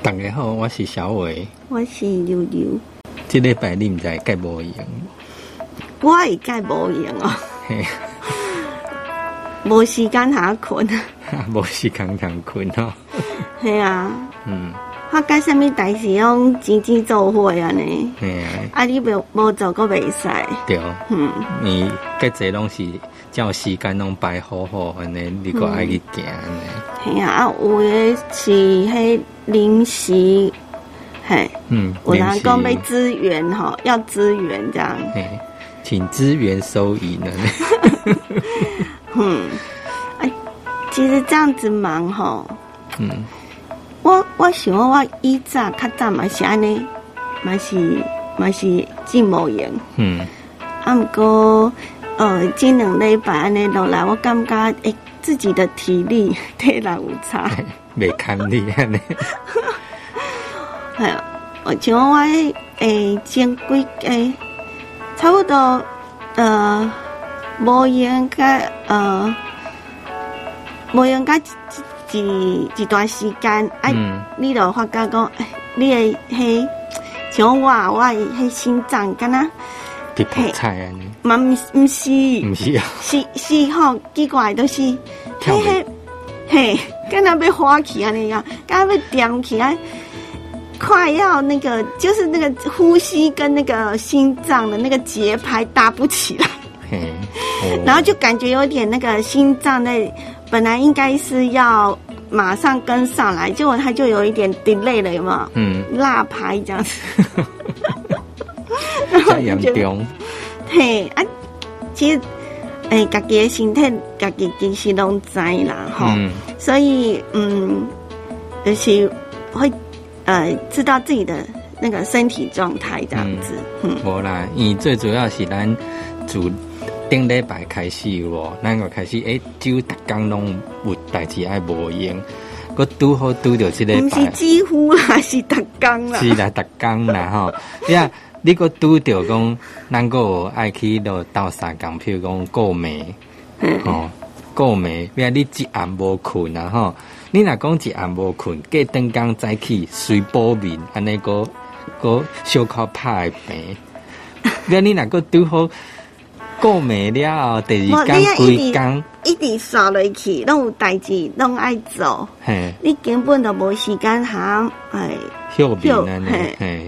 大家好，我是小伟， 我是溜溜。 这礼拜你唔知该无闲？ 我会该无闲哦，无时间下困。 无时间通困哦。 系啊，我该什么代志用钱做伙啊呢？ 嘿啊， 啊，你无做个袂使。 对，你该这拢是照时间拢摆好好，安尼你个爱去行安尼。 系啊，有诶是迄临时，嘿，有人讲要支援吼，要支援这样。 嘿，请支援收银呢。 其实这样子忙吼，我想我以前较早嘛是安尼，嘛是真无闲。啊，不过这2礼拜安尼落来，我感觉自己的体力有差。 袂堪你安尼。 像我前几差不多无闲一段时间，你就发觉讲，你的迄像我迄心脏敢若直破菜安尼。 嘛毋是啊， 是吼，奇怪都是嘿，敢若要花起安尼样，敢若要点起来，快要那个就是那个呼吸跟那个心脏的那个节拍搭不起来。然后就感觉有点那个心脏在本来应该是要马上跟上来，结果它就有一点 delay 了，有没有？落拍这样子。 太严重。 嘿啊，其实家己的身体家己其实拢知啦，吼。所以就是会知道自己的那个身体状态这样子。 无啦，因为最主要是咱自顶礼拜开始有，咱就开始就逐工拢有代志爱无闲，佮拄好拄着这礼拜。 不是几乎啦，是逐工啦。 是啦，逐工啦吼。你佮拄着讲，咱佮爱去到斗三工，譬如讲过暝，过暝，你一暗无困啊吼。你若讲一暗无困，过顿工早起随补眠，安尼个小可拍的病。你若佮拄好。过暝了后，第二天规工一直刷落去，拢有代志，拢爱做。你根本就无时间通休眠安尼。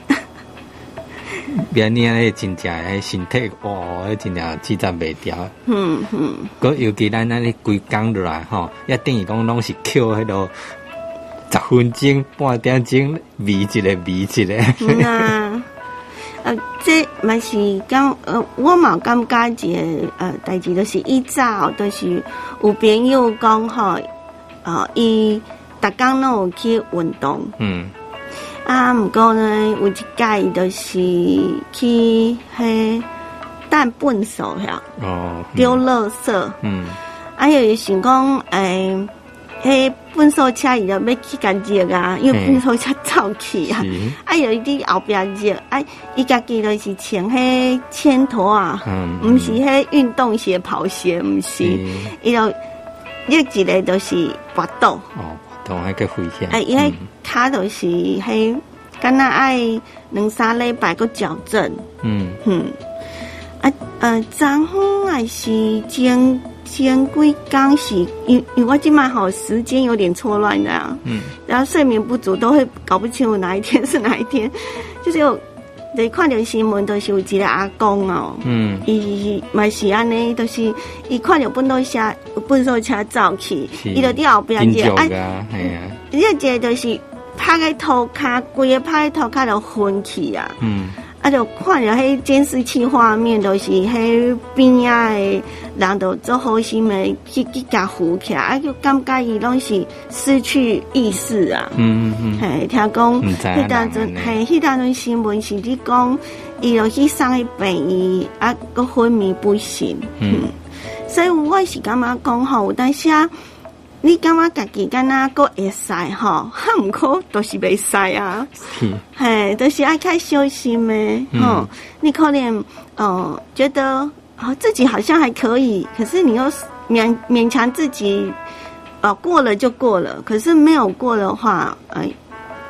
别你安尼真正身体真正支撑袂掉。佮尤其咱安尼规工落来吼，也等于讲拢是扣迄落10分钟、半点钟，微一个。 这嘛是我嘛感觉一个代志，就是以早就是有朋友讲吼，伊逐工拢有去运动。不过呢，有一届就是去迄蛋粪扫遐，丢垃圾。又想讲迄粪扫车伊就要去甲热啊，因为粪扫车走去啊，有一滴后壁热，伊家己就是穿迄铅拖啊，毋是迄运动鞋、跑鞋，毋是，伊就热一个就是跋倒。 同迄个危险。 伊迄骹就是迄，敢若爱2-3礼拜个矫正。昨昏还是前几天是，因为我今晚好时间有点错乱的啊，然后睡眠不足都会搞不清楚哪一天是哪一天，就是你看到新闻都是有一个阿公哦，伊嘛是安尼，就是伊看到粪扫车走去，伊就伫后边一个伊个就是拍在头壳，规个拍在头壳就昏去啊。就看到迄监视器画面，都是迄边仔的人都做好心的去甲扶起来，就感觉伊拢是失去意识啊。听讲迄当阵新闻是伫讲，伊就去送去病院，个昏迷不醒。所以我是感觉讲吼，但是你感觉家己敢若阁会使吼，毋过都是袂使啊。都是爱较小心的吼。你可能觉得自己好像还可以，可是你又勉强自己过了就过了。可是没有过的话，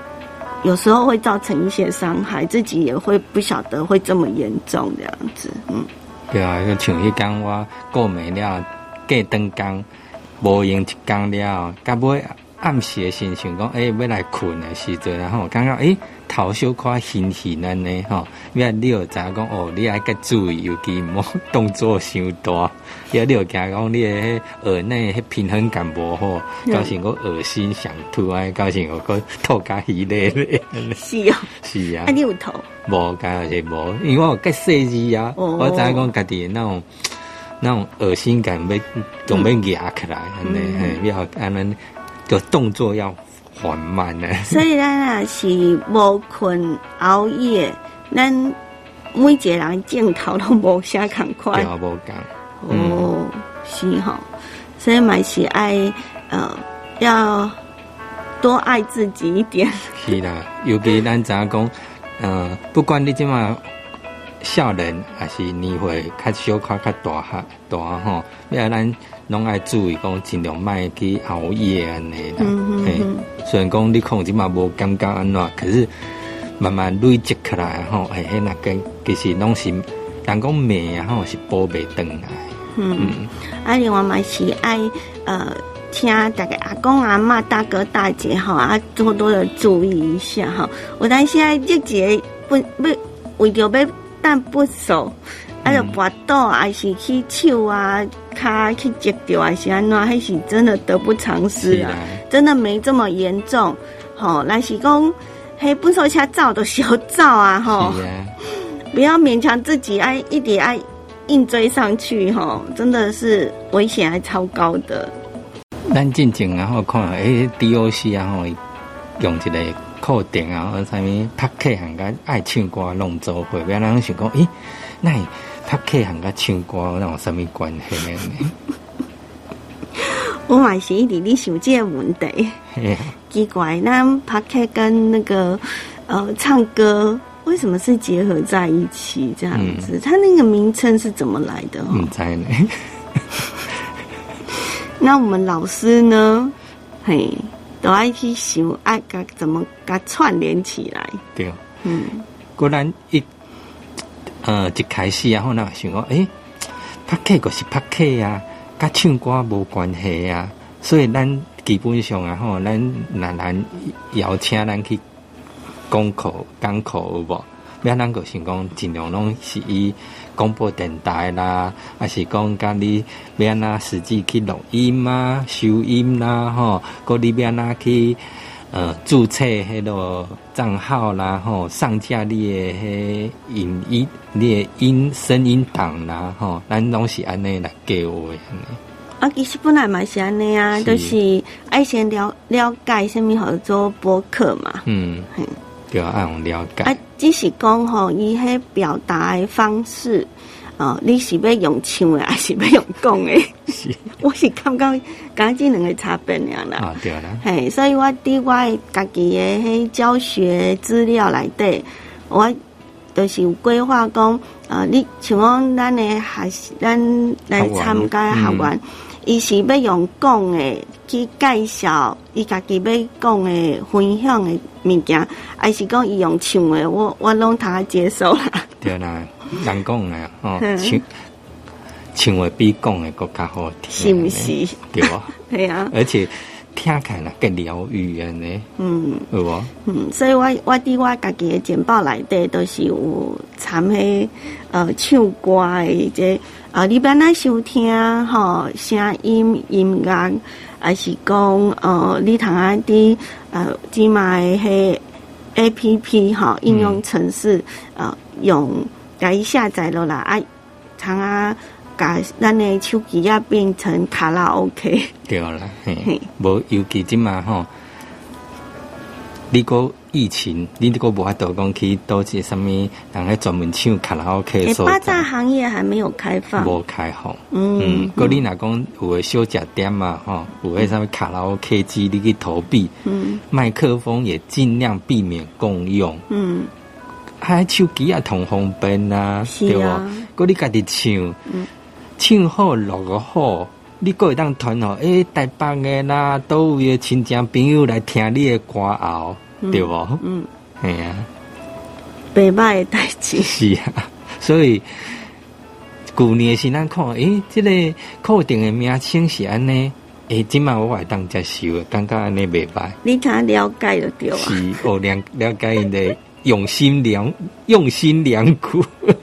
有时候会造成一些伤害，自己也会不晓得会这么严重这样子。 对啊，像迄天我过暝了，过顿工，无用一天了，到尾暗时的时想讲，要来困的时阵，然后感觉头小可晕晕安尼吼，你就知影讲你爱较注意，尤其莫动作伤大，你就惊讲你的耳内平衡感无好，到时个恶心想吐啊，到时个吐甲稀咧咧。 是哦， 是啊。 你有吐？ 无，敢是无，因为我有介细致啊，我知影讲家己那种恶心感要总要压起来，安尼要安尼个动作要缓慢呢。 所以咱也是无困熬夜，咱每一个人镜头都无啥同款。 对啊，无共。 是吼，所以嘛是爱要多爱自己一点。 是啦，尤其咱知影讲，不管你即马少年还是年岁较小较大吼，要咱拢爱注意讲，尽量莫去熬夜安尼啦。虽然讲你可能即马无感觉安怎，可是慢慢累积起来吼，迄那个其实拢是人讲命啊吼，是补袂转来。 另外嘛是爱听大家阿公阿嬷、大哥大姐哈，多多的注意一下哈。有当时日节不为着要但不熟，就跋倒，还是去手啊、脚去折掉，还是安怎？还是真的得不偿失啊！真的没这么严重，吼。但是讲，嘿，本手车照都小照啊，吼。不要勉强自己，一点硬追上去，吼，真的是危险还超高的。 咱进前然后看DOC 啊，吼，用一个课程啊，啥物拍客行甲爱唱歌弄做伙，不要人想讲，那拍客行甲唱歌那有啥物关系呢？ 我嘛是一直咧想这个问题，奇怪，咱拍客跟那个唱歌为什么是结合在一起这样子？它那个名称是怎么来的？ 不知呢。 那我们老师呢？嘿，都爱去想，爱怎么串联起来？ 对，果然一开始然后那想讲，拍客就是拍客啊，甲唱歌无关系啊，所以咱基本上啊吼，咱邀请咱去讲课有无？要咱个想讲尽量拢是以广播电台啦，还是讲甲你要安那实际去录音啊、收音啦，吼，搁你要安那去注册迄个账号啦，吼，上架你的迄你的声音档啦，吼，咱拢是安尼来计划安尼。 其实本来嘛是安尼啊，就是爱先了解什么叫做播客嘛。 对啊，爱用了解。 只是讲吼，伊迄表达的方式，你是要用唱的，还是要用讲的？ 是， 我是感觉这两个差别尔啦。 对啦。 嘿，所以我伫我家己的迄教学资料内底，我就是有规划讲，你像讲咱来参加的学员，伊是要用讲的去介绍伊家己要讲的分享的物件，还是讲伊用唱的，我拢通接受啦。 对啦，人讲的唱的比讲的更加好听， 是不是？ 对吧？ 对啊， 而且听起来更疗愈安尼，有无？ 所以我伫我家己的简报内底都是有掺迄唱歌的这你要哪收听吼声音音乐，还是讲你通啊伫即卖迄 APP 吼应用程式用甲伊下载落来通啊。把咱的手机啊变成卡拉 OK， 对啦，无尤其即嘛吼，你个疫情，你个无法度讲去倒一什么人喺专门唱卡拉 OK 的所在。 八大行业还没有开放， 无开放。个你若讲有个小吃店嘛，吼，有个什么卡拉 OK 机，你去投币。麦克风也尽量避免共用。手机也同方便啊，对无？个你家己唱。唱好录好，你个会当传吼，台北的啦，倒位的亲戚朋友来听你的歌喉， 对不？哎呀， 袂歹的代志。 是啊，所以旧年是咱看，这个课程的名称是安尼，今晚我会当接受的，感觉安尼袂歹。 你才了解就对啊。 是了解因的用心良苦。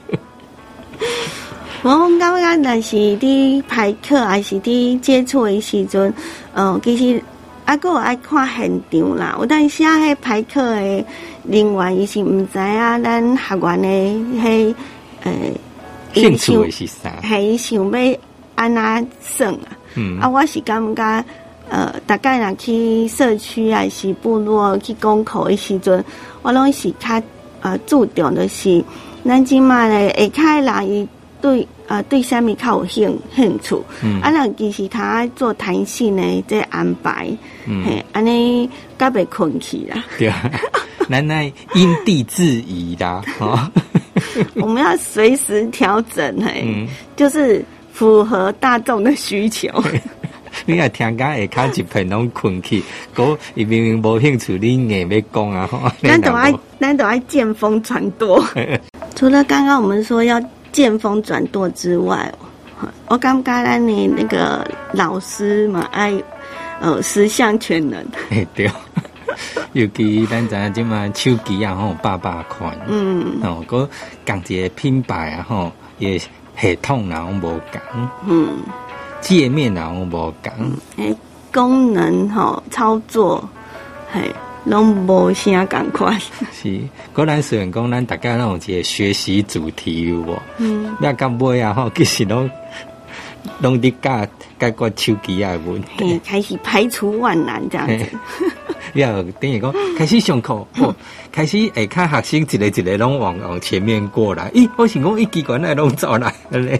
我感觉，但是伫排课还是伫接触的时阵，其实还有爱看现场啦。有当时迄排课的人员，伊是毋知咱学员的兴趣的是啥？ 伊想要安怎算啊？我是感觉，大概若去社区还是部落去讲课的时阵，我拢是较注重的是，咱即马咧下骹人伊对啥物较有兴趣，咱其实他做弹性的这安排，安尼甲袂困去啦。 对啊，咱爱因地制宜啦， 我们要随时调整，就是符合大众的需求。 你若听甲下骹一片拢困去，伊明明无兴趣，你硬要讲啊！ 咱都爱见风转舵。除了刚刚我们说要见风转舵之外，我感觉咱的那个老师嘛，爱十项全能。 对，尤其咱知影即马手机啊百款，个共一个品牌啊伊系统然后无共，界面然后无共， 功能操作拢无啥共款。 是，咱虽然讲咱大家拢有一个学习主题有无？要到尾啊其实拢伫解决手机啊问题， 开始排除万难这样子。 要等于讲开始上课，开始下骹学生一个拢往前面过来。我想讲机关来拢走来咧。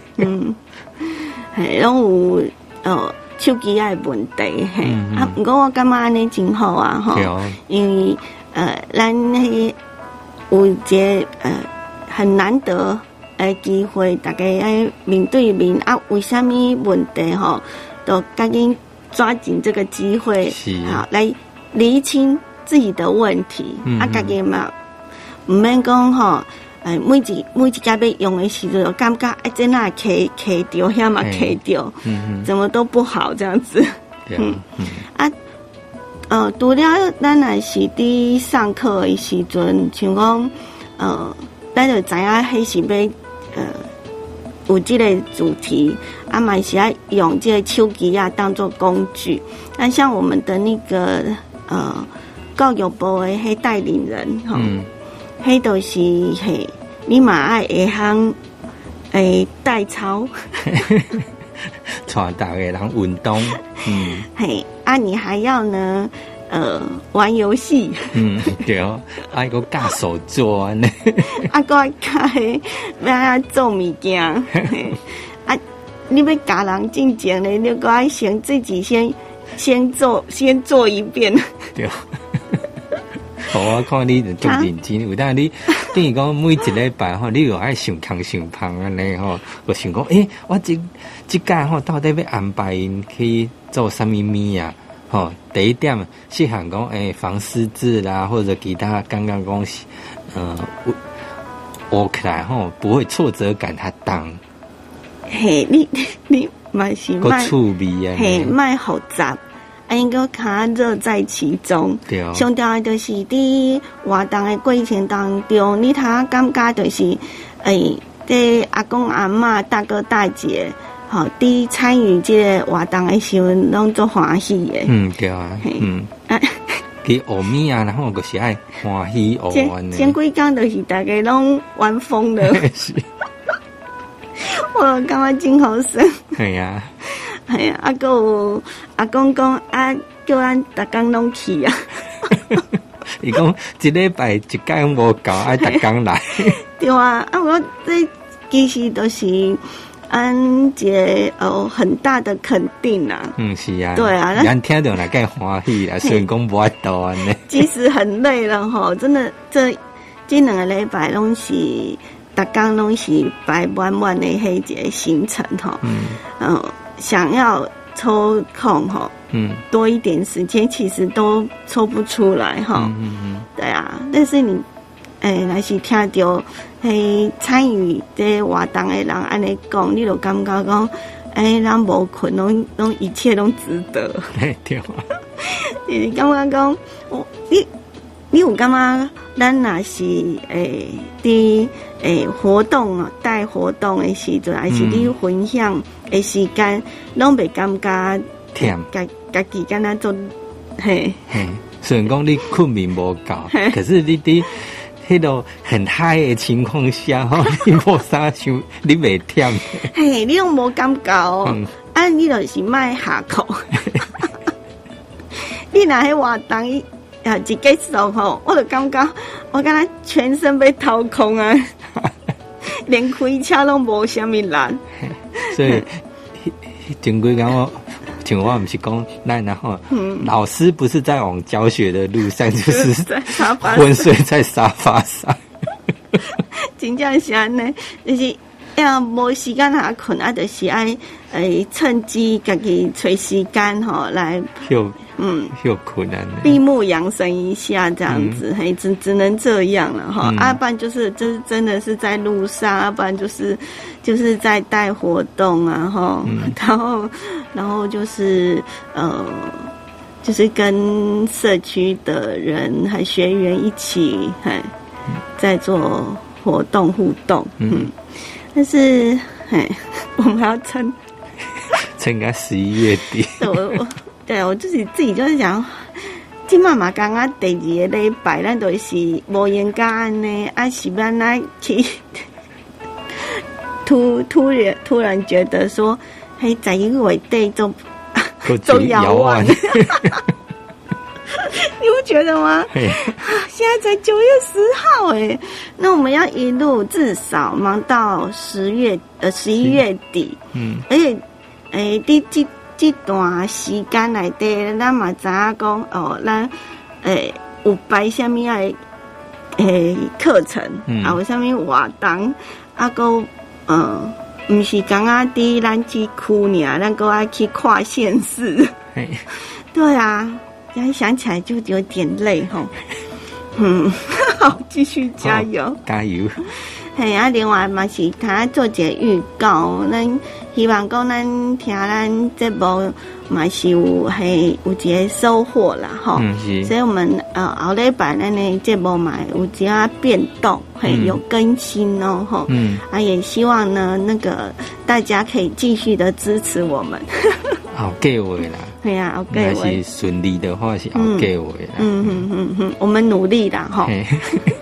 拢有手机的问题，不过我感觉安尼真好啊，因为咱有一个很难得的机会，大家爱面对面啊，为什么问题都赶紧抓紧这个机会，好来厘清自己的问题，家己嘛唔免讲每一家要用的时候，就感觉这哪卡掉，遐嘛卡掉，怎么都不好这样子。除了咱也是伫上课的时阵，像讲咱就知影迄是要有这个主题，嘛是要用这个手机当做工具。那像我们的那个教育部的迄带领人迄都是你嘛爱下项代操， 带大家人运动， 你还要呢玩游戏， 对哦，个教手作安尼， 个教要做物件，你要教人进前咧，你个爱先自己先做一遍， 对。我看你就认真，有当你等于讲每一礼拜你又爱想空想胖安尼我想讲，我这届到底要安排因去做什么物啊？第一点细汉讲防失智啦，或者其他刚刚讲学起来不会挫折感较重。 你嘛是个趣味啊， 卖复杂。应该较乐在其中。 对哦。 上重要的就是伫活动的过程当中，你他感觉就是在阿公阿嬷、大哥大姐，伫参与这个活动的时候，拢做欢喜的。 对啊。去学物啊，然后就是爱欢喜学完的。 前几天就是大家拢玩疯了。 是。 我感觉真好耍。 系啊。 系啊，还有阿公讲叫咱逐工拢去啊。 伊讲一礼拜一届无够，爱逐工来。 对啊，我这其实都是一个很大的肯定啊。 是啊。 对啊， 咱听到来个欢喜啦，虽然讲无法度安尼。 即使很累了真的这2个礼拜拢是逐工拢是排满满的迄个行程想要抽空哈，多一点时间，其实都抽不出来哈。对啊，但是你，若是听到参与这活动的人安尼讲，你就感觉讲，咱无困，拢一切拢值得。 对啊， 你感觉讲，你有感觉咱若是伫活动啊带活动的时阵，还是你分享的时间，拢袂感觉忝， 家己敢若做嘿。 虽然讲你困眠无够，可是你伫迄个很嗨的情况下，吼，你无啥想，你袂忝。 嘿，你拢无感觉哦，你就是莫下课。你若迄活动一结束吼，我就感觉我敢若全身被掏空啊，连开车拢无啥物力。 所以前几天像我不是讲，然后老师不是在往教学的路上，就是昏睡在沙发上。 真正是安尼，就是无时间下困啊，就是爱趁机家己找时间吼来又困难的闭目养神一下，这样子，只能这样了哈。不然就是真的是在路上，不然就是在带活动啊哈。然后就是就是跟社区的人和学员一起在做活动互动，但是我们还要撑到11月底。 对，我自己就是想，今嘛刚刚第2个礼拜，咱都是无闲干安呢，是要来去突然觉得说，11月底都遥远，你不觉得吗？现在才9月10号那我们要一路至少忙到11月底，而且这段时间内底，咱嘛知影讲咱有摆什么课程，有什么活动，个不是刚刚伫咱这区尔，咱个爱去跨县市。对啊，现在想起来就有点累吼。好，继续加油， 加油。 另外嘛是他做一个预告，咱希望讲咱听咱节目嘛是有一个收获啦吼。所以我们后礼拜咱的节目嘛有一下变动，有更新哦吼。也希望呢那个大家可以继续的支持我们。 后计划啦， 对啊，后计划是顺利的话是后计划啦。 我们努力啦吼。